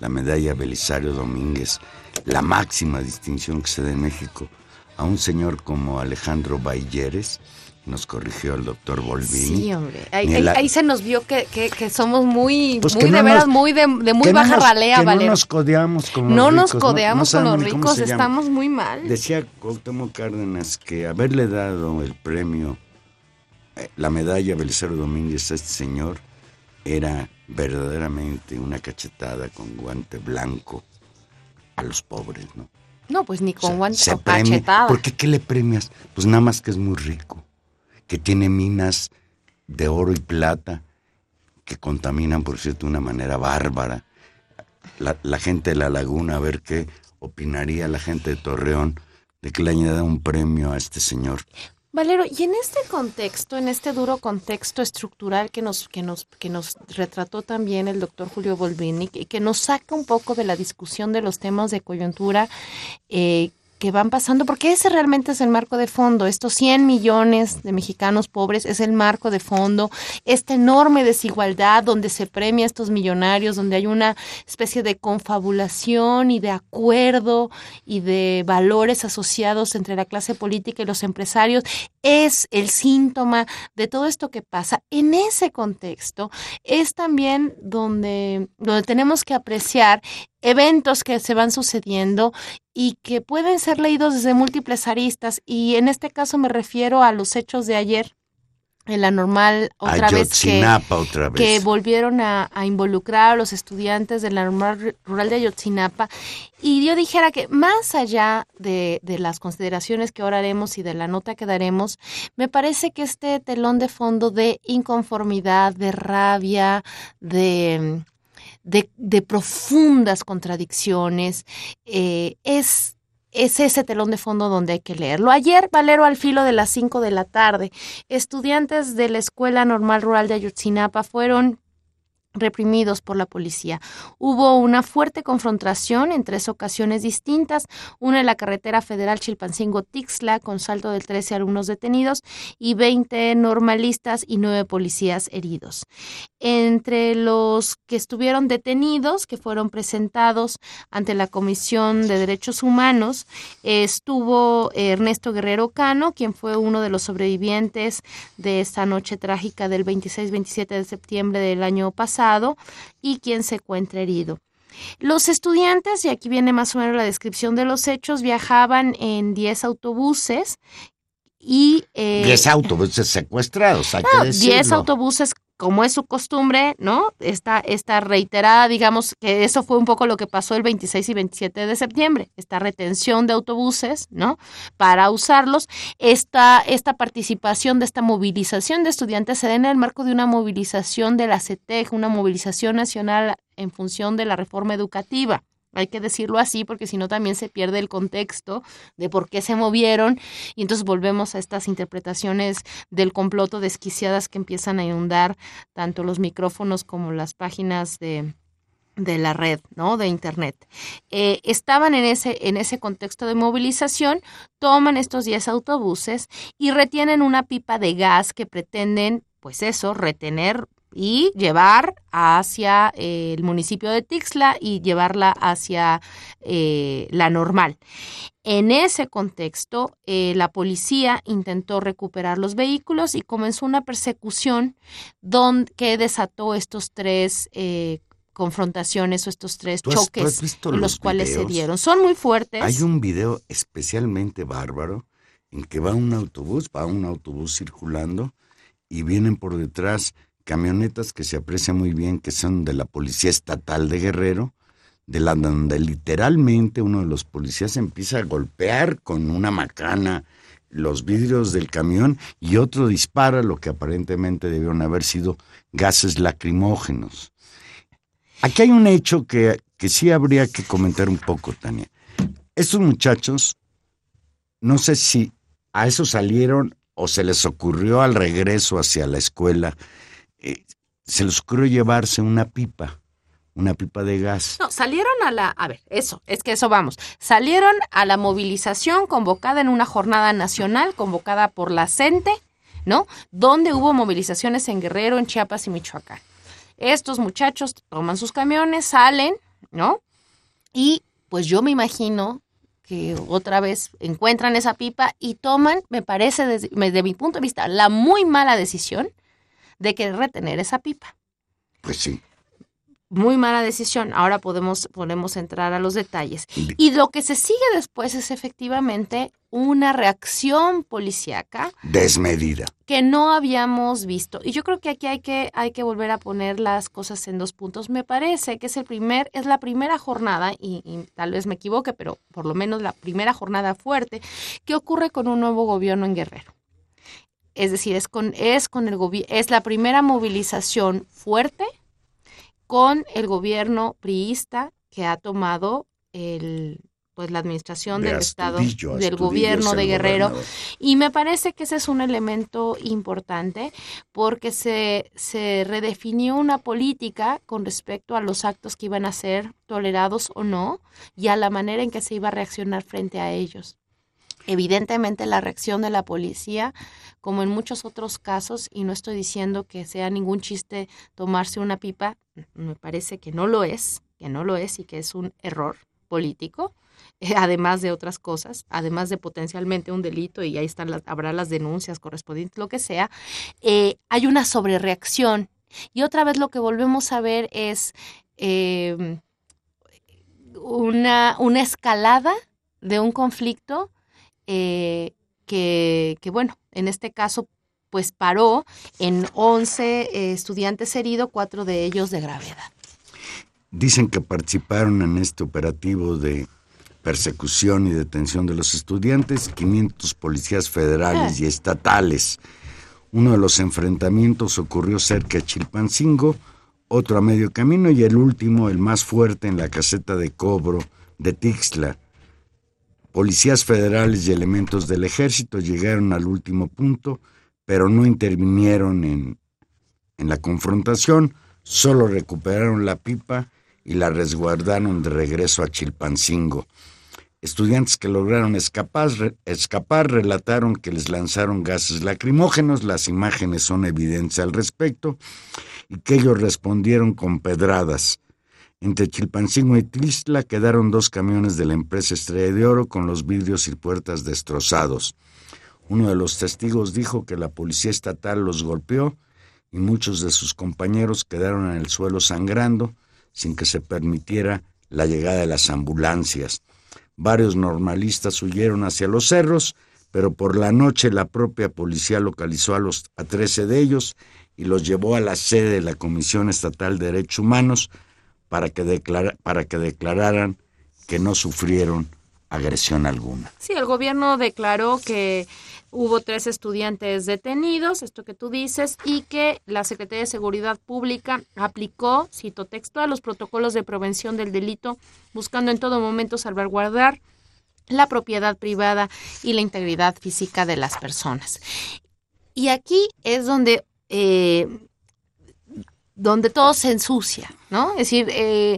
la medalla Belisario Domínguez, la máxima distinción que se da en México, a un señor como Alejandro Bailleres, nos corrigió el doctor Volvini. Sí, hombre. Ahí se nos vio que somos muy, pues muy de veras, muy de muy baja ralea, Valero. No nos codeamos con los ricos. No nos codeamos con los ricos, estamos muy mal. Decía Cuauhtémoc Cárdenas que haberle dado el premio, la medalla Belisario Domínguez a este señor, era verdaderamente una cachetada con guante blanco a los pobres, ¿no? No, pues ni con guante o cachetada. ¿Por qué le premias? Pues nada más que es muy rico, que tiene minas de oro y plata que contaminan, por cierto, de una manera bárbara. La gente de La Laguna, a ver qué opinaría la gente de Torreón de que le añada un premio a este señor. Valero, y en este contexto, en este duro contexto estructural que nos retrató también el doctor Julio Volvini, que nos saca un poco de la discusión de los temas de coyuntura que van pasando, porque ese realmente es el marco de fondo. Estos 100 millones de mexicanos pobres es el marco de fondo, esta enorme desigualdad donde se premia a estos millonarios, donde hay una especie de confabulación y de acuerdo y de valores asociados entre la clase política y los empresarios, es el síntoma de todo esto que pasa. En ese contexto es también donde tenemos que apreciar eventos que se van sucediendo y que pueden ser leídos desde múltiples aristas, y en este caso me refiero a los hechos de ayer en la Normal, otra vez que volvieron a involucrar a los estudiantes de la Normal Rural de Ayotzinapa. Y yo dijera que más allá de las consideraciones que ahora haremos y de la nota que daremos, me parece que este telón de fondo de inconformidad, de rabia, de profundas contradicciones, es ese telón de fondo donde hay que leerlo. Ayer, Valero, al filo de las 5 de la tarde, estudiantes de la Escuela Normal Rural de Ayotzinapa fueron reprimidos por la policía. Hubo una fuerte confrontación en 3 ocasiones distintas, una en la carretera federal Chilpancingo-Tixla, con saldo de 13 alumnos detenidos y 20 normalistas y 9 policías heridos. Entre los que estuvieron detenidos, que fueron presentados ante la Comisión de Derechos Humanos, estuvo Ernesto Guerrero Cano, quien fue uno de los sobrevivientes de esta noche trágica del 26-27 de septiembre del año pasado, y quien se encuentra herido. Los estudiantes, y aquí viene más o menos la descripción de los hechos, viajaban en 10 autobuses y... 10 autobuses secuestrados, hay que decirlo. 10 autobuses, como es su costumbre, ¿no? Esta reiterada, digamos, que eso fue un poco lo que pasó el 26 y 27 de septiembre, esta retención de autobuses, ¿no? Para usarlos, esta participación de esta movilización de estudiantes se da en el marco de una movilización de la CETEC, una movilización nacional en función de la reforma educativa. Hay que decirlo así porque si no también se pierde el contexto de por qué se movieron y entonces volvemos a estas interpretaciones del comploto desquiciadas que empiezan a inundar tanto los micrófonos como las páginas de la red, ¿no? De internet. Estaban en ese contexto de movilización, toman estos 10 autobuses y retienen una pipa de gas que pretenden, pues eso, retener y llevar hacia el municipio de Tixla y llevarla hacia la Normal. En ese contexto, la policía intentó recuperar los vehículos y comenzó una persecución que desató estos 3 confrontaciones o estos 3 choques en los cuales se dieron. Son muy fuertes. Hay un video especialmente bárbaro en que va un autobús circulando y vienen por detrás camionetas que se aprecia muy bien que son de la Policía Estatal de Guerrero, donde literalmente uno de los policías empieza a golpear con una macana los vidrios del camión y otro dispara lo que aparentemente debieron haber sido gases lacrimógenos. Aquí hay un hecho que sí habría que comentar un poco, Tania. Estos muchachos, no sé si a eso salieron o se les ocurrió al regreso hacia la escuela, se les ocurrió llevarse una pipa de gas. No, salieron salieron a la movilización convocada en una jornada nacional, convocada por la CENTE, ¿no? Donde hubo movilizaciones en Guerrero, en Chiapas y Michoacán. Estos muchachos toman sus camiones, salen, ¿no? Y pues yo me imagino que otra vez encuentran esa pipa y toman, me parece, desde mi punto de vista, la muy mala decisión de querer retener esa pipa. Pues sí. Muy mala decisión. Ahora podemos entrar a los detalles. Y lo que se sigue después es efectivamente una reacción policíaca desmedida que no habíamos visto. Y yo creo que aquí hay que volver a poner las cosas en dos puntos. Me parece que es la primera jornada, y tal vez me equivoque, pero por lo menos la primera jornada fuerte que ocurre con un nuevo gobierno en Guerrero. Es decir, es la primera movilización fuerte con el gobierno priista que ha tomado la administración del Estado, del gobierno de Guerrero. Gobernador. Y me parece que ese es un elemento importante porque se redefinió una política con respecto a los actos que iban a ser tolerados o no y a la manera en que se iba a reaccionar frente a ellos. Evidentemente la reacción de la policía, como en muchos otros casos, y no estoy diciendo que sea ningún chiste tomarse una pipa, me parece que no lo es y que es un error político, además de otras cosas, además de potencialmente un delito, y ahí habrá las denuncias correspondientes, lo que sea, hay una sobrereacción. Y otra vez lo que volvemos a ver es una escalada de un conflicto que bueno, en este caso pues paró en 11 estudiantes heridos, 4 de ellos de gravedad. Dicen que participaron en este operativo de persecución y detención de los estudiantes 500 policías federales y estatales. Uno de los enfrentamientos ocurrió cerca de Chilpancingo, otro a medio camino y el último, el más fuerte, en la caseta de cobro de Tixla. Policías federales y elementos del ejército llegaron al último punto, pero no intervinieron en la confrontación, solo recuperaron la pipa y la resguardaron de regreso a Chilpancingo. Estudiantes que lograron escapar relataron que les lanzaron gases lacrimógenos, las imágenes son evidentes al respecto, y que ellos respondieron con pedradas. Entre Chilpancingo y Tixla quedaron 2 camiones de la empresa Estrella de Oro con los vidrios y puertas destrozados. Uno de los testigos dijo que la policía estatal los golpeó y muchos de sus compañeros quedaron en el suelo sangrando sin que se permitiera la llegada de las ambulancias. Varios normalistas huyeron hacia los cerros, pero por la noche la propia policía localizó a 13 de ellos y los llevó a la sede de la Comisión Estatal de Derechos Humanos para que declararan que no sufrieron agresión alguna. Sí, el gobierno declaró que hubo 3 estudiantes detenidos, esto que tú dices, y que la Secretaría de Seguridad Pública aplicó, cito textual, los protocolos de prevención del delito, buscando en todo momento salvaguardar la propiedad privada y la integridad física de las personas. Y aquí es donde todo se ensucia, ¿no? Es decir,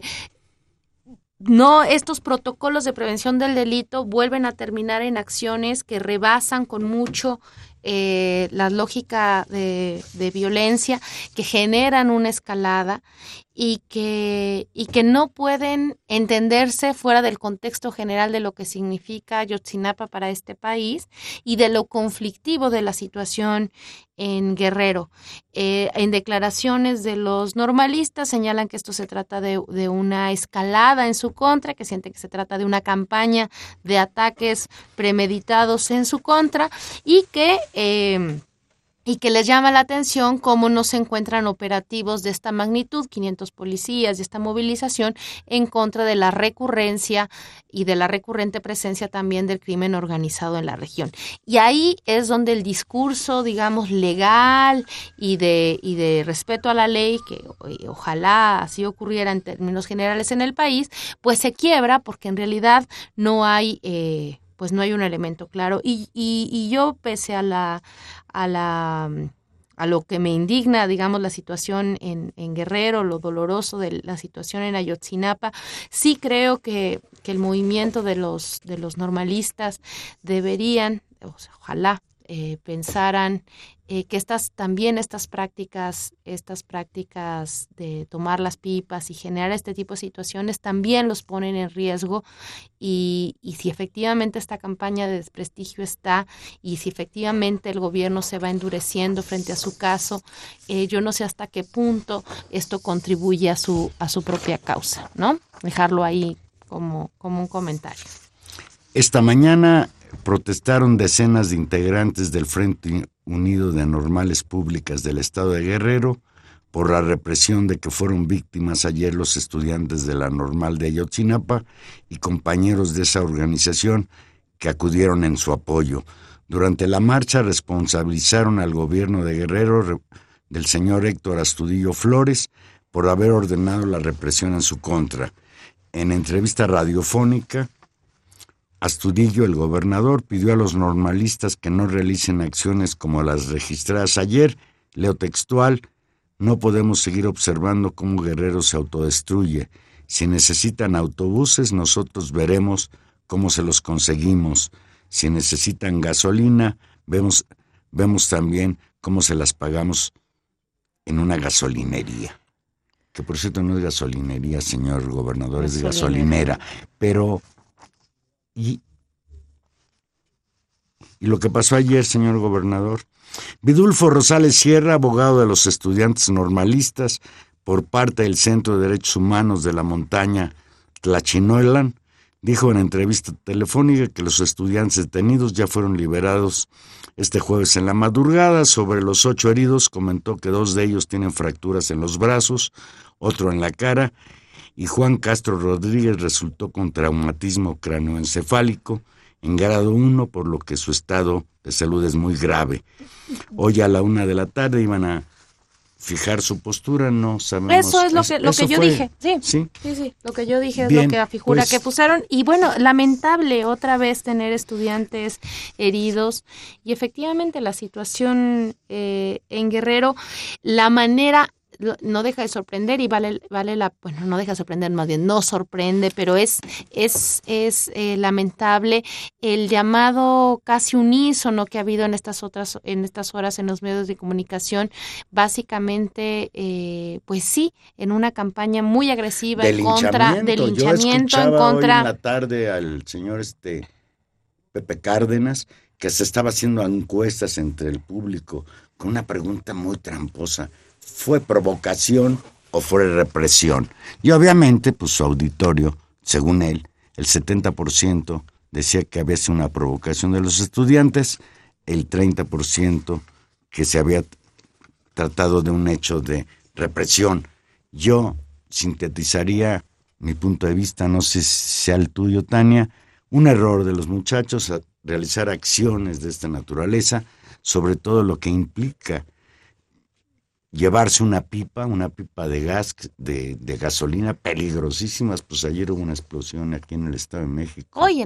no, estos protocolos de prevención del delito vuelven a terminar en acciones que rebasan con mucho la lógica de violencia, que generan una escalada y que no pueden entenderse fuera del contexto general de lo que significa Ayotzinapa para este país y de lo conflictivo de la situación en Guerrero. En declaraciones de los normalistas señalan que esto se trata de una escalada en su contra, que sienten que se trata de una campaña de ataques premeditados en su contra y que les llama la atención cómo no se encuentran operativos de esta magnitud, 500 policías y esta movilización en contra de la recurrencia y de la recurrente presencia también del crimen organizado en la región. Y ahí es donde el discurso, digamos, legal y de respeto a la ley, que ojalá así ocurriera en términos generales en el país, pues se quiebra porque en realidad no hay un elemento claro. Y yo, pese a lo que me indigna, digamos, la situación en Guerrero, lo doloroso de la situación en Ayotzinapa, sí creo que el movimiento de los normalistas deberían, ojalá, pensaran que estas prácticas de tomar las pipas y generar este tipo de situaciones también los ponen en riesgo, y si efectivamente esta campaña de desprestigio está, y si efectivamente el gobierno se va endureciendo frente a su caso, yo no sé hasta qué punto esto contribuye a su propia causa, ¿no? Dejarlo ahí como un comentario. Esta mañana protestaron decenas de integrantes del Frente Unido de Normales Públicas del Estado de Guerrero por la represión de que fueron víctimas ayer los estudiantes de la Normal de Ayotzinapa y compañeros de esa organización que acudieron en su apoyo. Durante la marcha responsabilizaron al gobierno de Guerrero del señor Héctor Astudillo Flores por haber ordenado la represión en su contra. En entrevista radiofónica, Astudillo, el gobernador, pidió a los normalistas que no realicen acciones como las registradas ayer. Leo textual: no podemos seguir observando cómo Guerrero se autodestruye. Si necesitan autobuses, nosotros veremos cómo se los conseguimos. Si necesitan gasolina, vemos también cómo se las pagamos en una gasolinería. Que por cierto no es gasolinería, señor gobernador, es gasolinera. Pero... Y lo que pasó ayer, señor gobernador. Vidulfo Rosales Sierra, abogado de los estudiantes normalistas por parte del Centro de Derechos Humanos de la Montaña Tlachinolan, dijo en entrevista telefónica que los estudiantes detenidos ya fueron liberados este jueves en la madrugada. Sobre los 8 heridos, comentó que 2 de ellos tienen fracturas en los brazos, otro en la cara, y Juan Castro Rodríguez resultó con traumatismo cráneoencefálico en grado 1, por lo que su estado de salud es muy grave. Hoy a la 1 de la tarde iban a fijar su postura, no sabemos. Eso es lo que yo dije, sí, lo que yo dije. Bien, es lo que afigura pues, que pusieron. Y bueno, lamentable otra vez tener estudiantes heridos, y efectivamente la situación en Guerrero, la manera... no deja de sorprender, y no deja de sorprender, más bien no sorprende, pero es lamentable el llamado casi unísono que ha habido en estas horas en los medios de comunicación, básicamente pues sí, en una campaña muy agresiva en contra del linchamiento. Yo escuchaba hoy en la tarde al señor Pepe Cárdenas, que se estaba haciendo encuestas entre el público con una pregunta muy tramposa: ¿fue provocación o fue represión? Y obviamente, pues su auditorio, según él, el 70% decía que había sido una provocación de los estudiantes, el 30% que se había tratado de un hecho de represión. Yo sintetizaría mi punto de vista, no sé si sea el tuyo, Tania, un error de los muchachos a realizar acciones de esta naturaleza, sobre todo lo que implica llevarse una pipa de gas, de gasolina, peligrosísimas. Pues ayer hubo una explosión aquí en el Estado de México. Oye,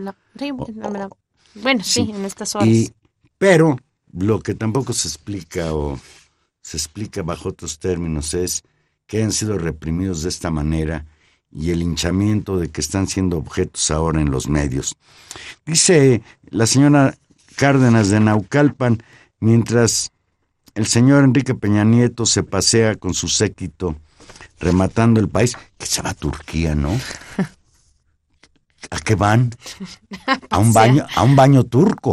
en estas horas. Pero lo que tampoco se explica, o se explica bajo otros términos, es que hayan sido reprimidos de esta manera y el linchamiento de que están siendo objetos ahora en los medios. Dice la señora Cárdenas de Naucalpan, mientras el señor Enrique Peña Nieto se pasea con su séquito rematando el país, que se va a Turquía, ¿no? ¿A qué van? A un baño turco.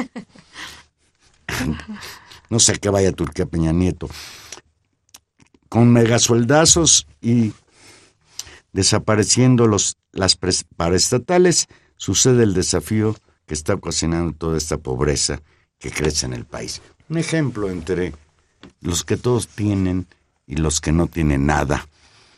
No sé a qué vaya a Turquía Peña Nieto. Con megasueldazos y desapareciendo las paraestatales, sucede el desafío que está ocasionando toda esta pobreza que crece en el país. Un ejemplo entre los que todos tienen y los que no tienen nada.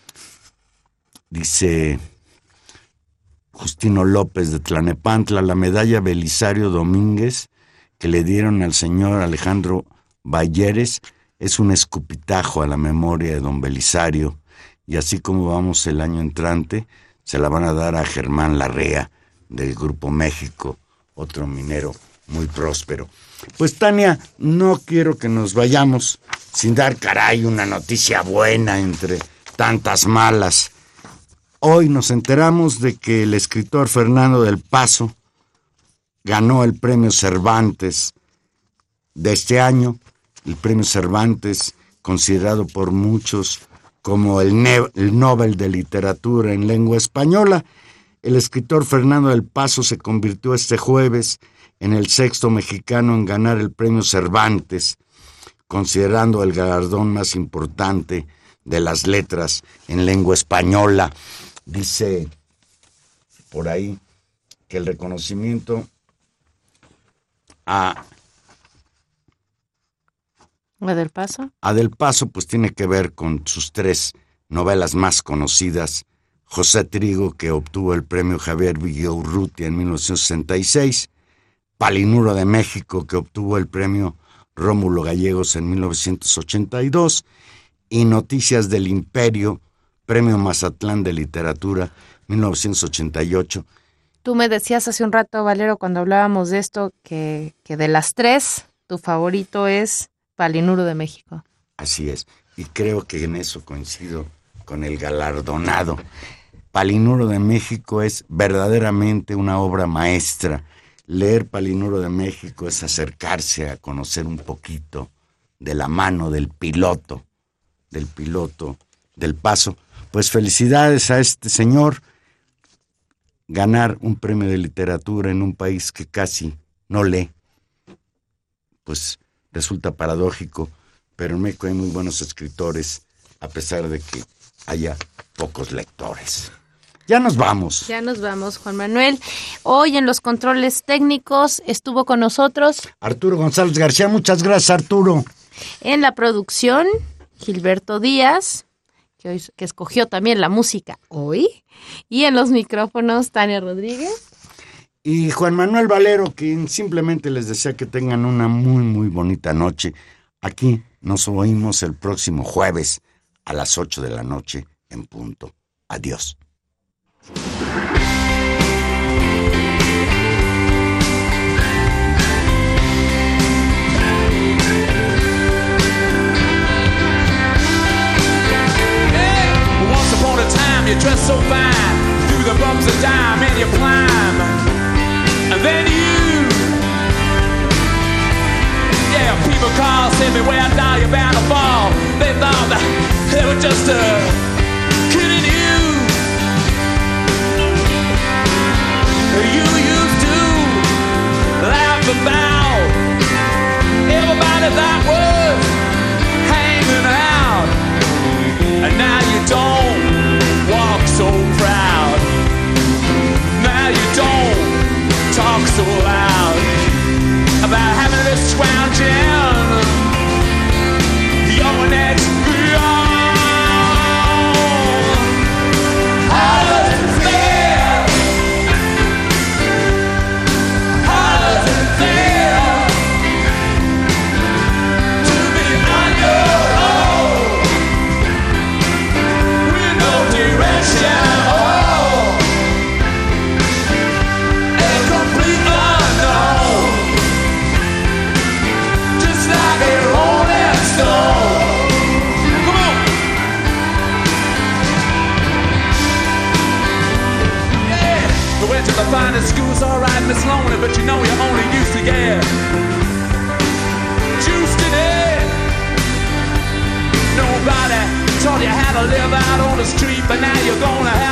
Dice Justino López de Tlanepantla: la medalla Belisario Domínguez que le dieron al señor Alejandro Balleres es un escupitajo a la memoria de don Belisario, y así como vamos el año entrante, se la van a dar a Germán Larrea del Grupo México, otro minero muy próspero. Pues Tania, no quiero que nos vayamos sin dar una noticia buena entre tantas malas. Hoy nos enteramos de que el escritor Fernando del Paso ganó el premio Cervantes de este año, el Premio Cervantes, considerado por muchos como el Nobel de Literatura en lengua española. El escritor Fernando del Paso se convirtió este jueves en el 6º mexicano en ganar el Premio Cervantes, considerando el galardón más importante de las letras en lengua española. Dice por ahí que el reconocimiento a Del Paso. A Del Paso pues tiene que ver con sus 3 novelas más conocidas: José Trigo, que obtuvo el premio Javier Villaurrutia en 1966, Palinuro de México, que obtuvo el premio Rómulo Gallegos en 1982, y Noticias del Imperio, premio Mazatlán de Literatura, 1988. Tú me decías hace un rato, Valero, cuando hablábamos de esto, que de las 3, tu favorito es Palinuro de México. Así es, y creo que en eso coincido con el galardonado. Palinuro de México es verdaderamente una obra maestra. Leer Palinuro de México es acercarse a conocer un poquito de la mano del piloto del Paso. Pues felicidades a este señor. Ganar un premio de literatura en un país que casi no lee, pues resulta paradójico, pero en México hay muy buenos escritores, a pesar de que haya pocos lectores. Ya nos vamos. Ya nos vamos, Juan Manuel. Hoy en los controles técnicos estuvo con nosotros Arturo González García. Muchas gracias, Arturo. En la producción, Gilberto Díaz, que escogió también la música hoy. Y en los micrófonos, Tania Rodríguez. Y Juan Manuel Valero, quien simplemente les desea que tengan una muy, muy bonita noche. Aquí nos oímos el próximo jueves a las 8 de la noche en punto. Adiós. Once upon a time, you dressed so fine, through the bumps of dime and you climb, and then yeah, people call, say beware, now you're bound to fall. They thought that they were just kidding you. You used to laugh about everybody that was hanging out, and now you don't walk so proud. Now you don't talk so loud about having this scrounging your next beyond. How does it feel? How does it feel to be on your own with no direction? Oh, a complete unknown, just like a rolling stone. Come on. Yeah. We went to the finest schools, alright, Miss Lonely, but you know you only used to get juiced in it. Nobody taught you how to live out on the street, but now you're gonna have